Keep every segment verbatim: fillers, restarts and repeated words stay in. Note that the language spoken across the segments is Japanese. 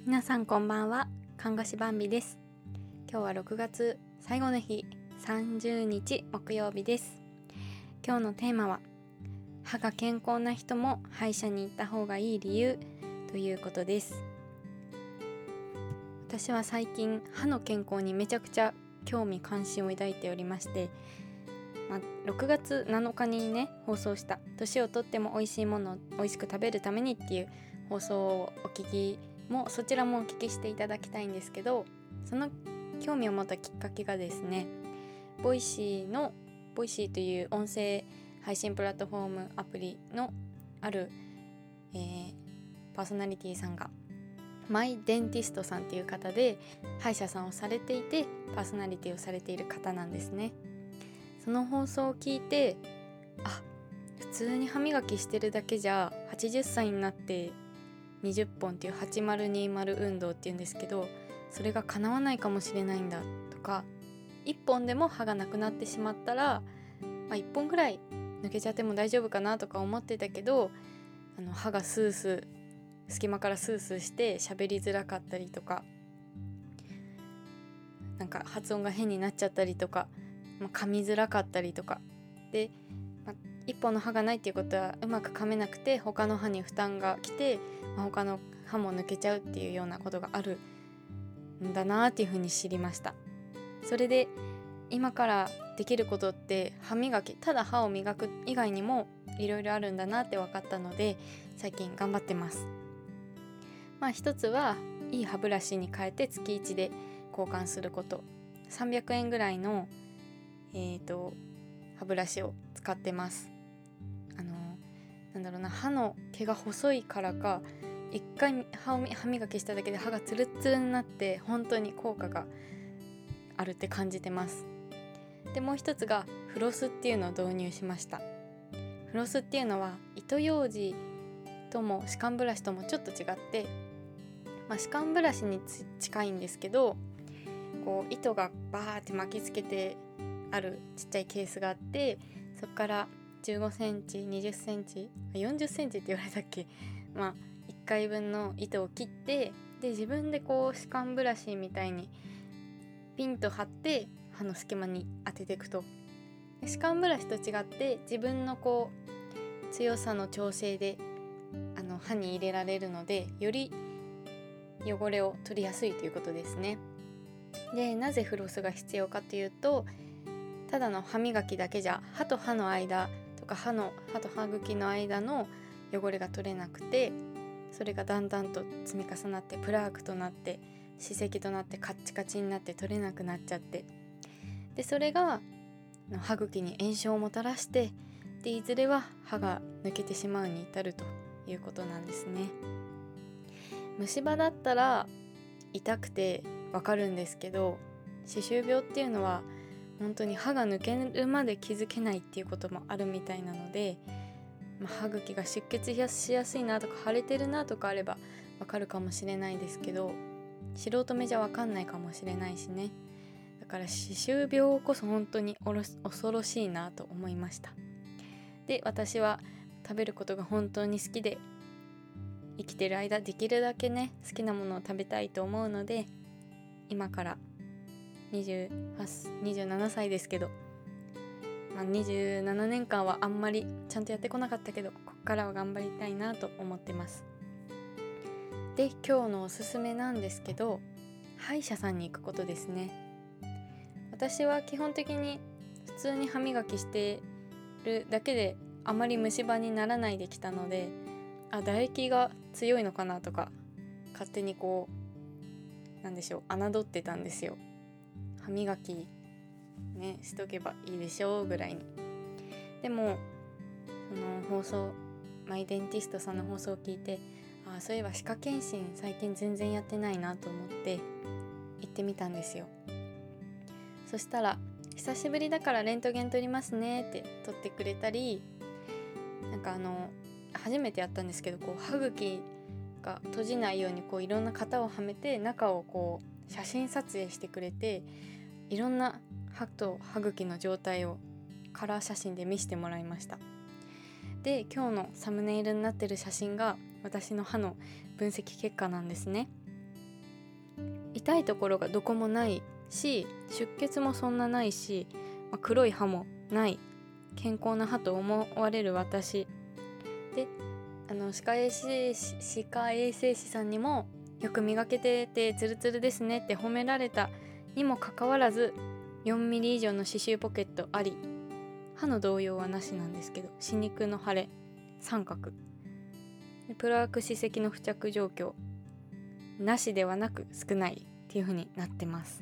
皆さんこんばんは。看護師バンビです。今日はろくがつ最後の日、さんじゅうにち木曜日です。今日のテーマは歯が健康な人も歯医者に行った方がいい理由ということです。私は最近歯の健康にめちゃくちゃ興味関心を抱いておりまして、まあ、ろくがつなのかにね放送した年をとっても美味しいものを美味しく食べるためにっていう放送をお聞きもそちらもお聞きしていただきたいんですけど、その興味を持ったきっかけがですね、ボイシーのボイシーという音声配信プラットフォームアプリのある、えー、パーソナリティさんがマイデンティストさんっていう方で歯医者さんをされていてパーソナリティをされている方なんですね。その放送を聞いて、あ、普通に歯磨きしてるだけじゃはちじゅっさいになってにじゅっぽんっていうはちまるにじゅう運動っていうんですけど、それが叶わないかもしれないんだとか、いっぽんでも歯がなくなってしまったら、まあ、いっぽんぐらい抜けちゃっても大丈夫かなとか思ってたけど、あの歯がスースー隙間からスースーして喋りづらかったりとか、なんか発音が変になっちゃったりとか、まあ、噛みづらかったりとかで、まあ、一本の歯がないっていうことはうまく噛めなくて他の歯に負担が来て、まあ、他の歯も抜けちゃうっていうようなことがあるんだなっていうふうに知りました。それで今からできることって歯磨き、ただ歯を磨く以外にもいろいろあるんだなって分かったので最近頑張ってます。まあ一つはいい歯ブラシに変えて月いちで交換すること、さんびゃくえんぐらいのえーと歯ブラシを使ってます。あのなんだろうな、歯の毛が細いからか一回歯を歯磨きしただけで歯がツルツルになって本当に効果があるって感じてます。でもう一つがフロスっていうのを導入しました。フロスっていうのは糸ようじとも歯間ブラシともちょっと違って、まあ、歯間ブラシに近いんですけど、こう糸がバーって巻きつけてあるちっちゃいケースがあって、そこからじゅうごセンチ、にじゅっセンチ、よんじゅっセンチって言われたっけ、まあいっかいぶんの糸を切って、で自分でこう歯間ブラシみたいにピンと張って歯の隙間に当てていくと、歯間ブラシと違って自分のこう強さの調整であの歯に入れられるので、より汚れを取りやすいということですね。で、なぜフロスが必要かというと、ただの歯磨きだけじゃ歯と歯の間とか歯の歯と歯茎の間の汚れが取れなくて、それがだんだんと積み重なってプラークとなって歯石となってカッチカチになって取れなくなっちゃって、でそれが歯茎に炎症をもたらして、でいずれは歯が抜けてしまうに至るということなんですね。虫歯だったら痛くてわかるんですけど、歯周病っていうのは本当に歯が抜けるまで気づけないっていうこともあるみたいなので、まあ、歯茎が出血しやすいなとか腫れてるなとかあればわかるかもしれないですけど、素人目じゃわかんないかもしれないしね。だから歯周病こそ本当におろ恐ろしいなと思いました。で、私は食べることが本当に好きで、生きてる間できるだけね好きなものを食べたいと思うので、今からにじゅうはち、にじゅうななさいですけど、まあ、にじゅうななねんかんはあんまりちゃんとやってこなかったけど、ここからは頑張りたいなと思ってます。で、今日のおすすめなんですけど、歯医者さんに行くことですね。私は基本的に普通に歯磨きしてるだけであまり虫歯にならないできたので、あ、唾液が強いのかなとか勝手にこうなんでしょう侮ってたんですよ。歯磨きねしとけばいいでしょうぐらいに。でもその放送マイデンティストさんの放送を聞いて、あ、そういえば歯科検診最近全然やってないなと思って行ってみたんですよ。そしたら久しぶりだからレントゲン撮りますねって撮ってくれたり、なんかあの初めてやったんですけど、こう歯茎が閉じないようにこういろんな型をはめて中をこう写真撮影してくれて、いろんな歯と歯茎の状態をカラー写真で見せてもらいました。で、今日のサムネイルになってる写真が私の歯の分析結果なんですね。 痛いところがどこもないし、出血もそんなないし、まあ、黒い歯もない健康な歯と思われる私で、あの歯科衛生士歯科衛生士さんにもよく磨けててツルツルですねって褒められたにもかかわらず、よんミリ以上の歯周ポケットあり、歯の動揺はなしなんですけど、歯肉の腫れ三角で、プラーク歯石の付着状況なしではなく少ないっていう風になってます。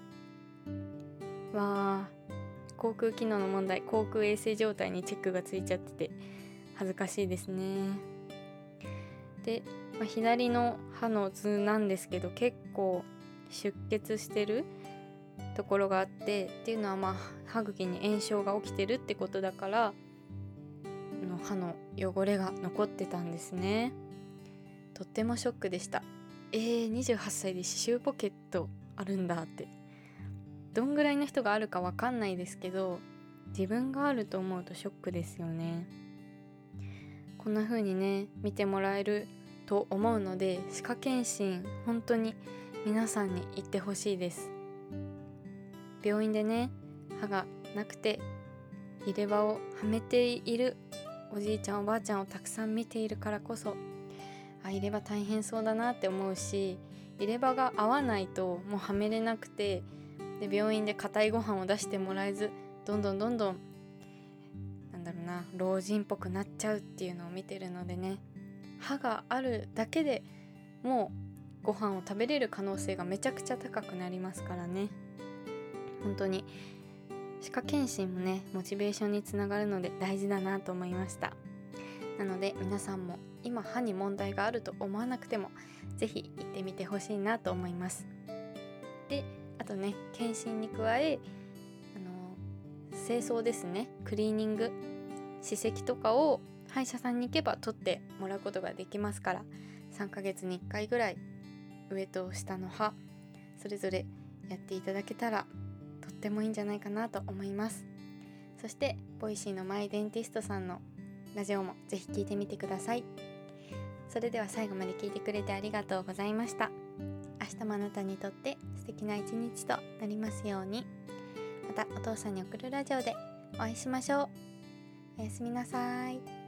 わー、口腔機能の問題、口腔衛生状態にチェックがついちゃってて恥ずかしいですね。で、まあ、左の歯の図なんですけど、結構出血してるところがあって、っていうのはまあ歯茎に炎症が起きてるってことだから、の歯の汚れが残ってたんですね。とってもショックでした。えー、にじゅうはっさいで歯周ポケットあるんだって。どんぐらいの人があるかわかんないですけど、自分があると思うとショックですよね。こんな風にね見てもらえると思うので、歯科検診本当に皆さんに行ってほしいです。病院でね歯がなくて入れ歯をはめているおじいちゃんおばあちゃんをたくさん見ているからこそ、あ、入れ歯大変そうだなって思うし、入れ歯が合わないともうはめれなくて、で病院で硬いご飯を出してもらえず、どんどんどんどんなんだろうな老人っぽくなっちゃうっていうのを見てるのでね、歯があるだけでもうご飯を食べれる可能性がめちゃくちゃ高くなりますからね。本当に歯科検診もねモチベーションにつながるので大事だなと思いました。なので皆さんも今歯に問題があると思わなくてもぜひ行ってみてほしいなと思います。で、あとね検診に加え、あの清掃ですね、クリーニング、歯石とかを歯医者さんに行けば取ってもらうことができますから、さんかげつにいっかいぐらい上と下の歯それぞれやっていただけたらとってもいいんじゃないかなと思います。そしてボイシーのマイデンティストさんのラジオもぜひ聞いてみてください。それでは最後まで聞いてくれてありがとうございました。明日もあなたにとって素敵な一日となりますように。またお父さんに送るラジオでお会いしましょう。おやすみなさい。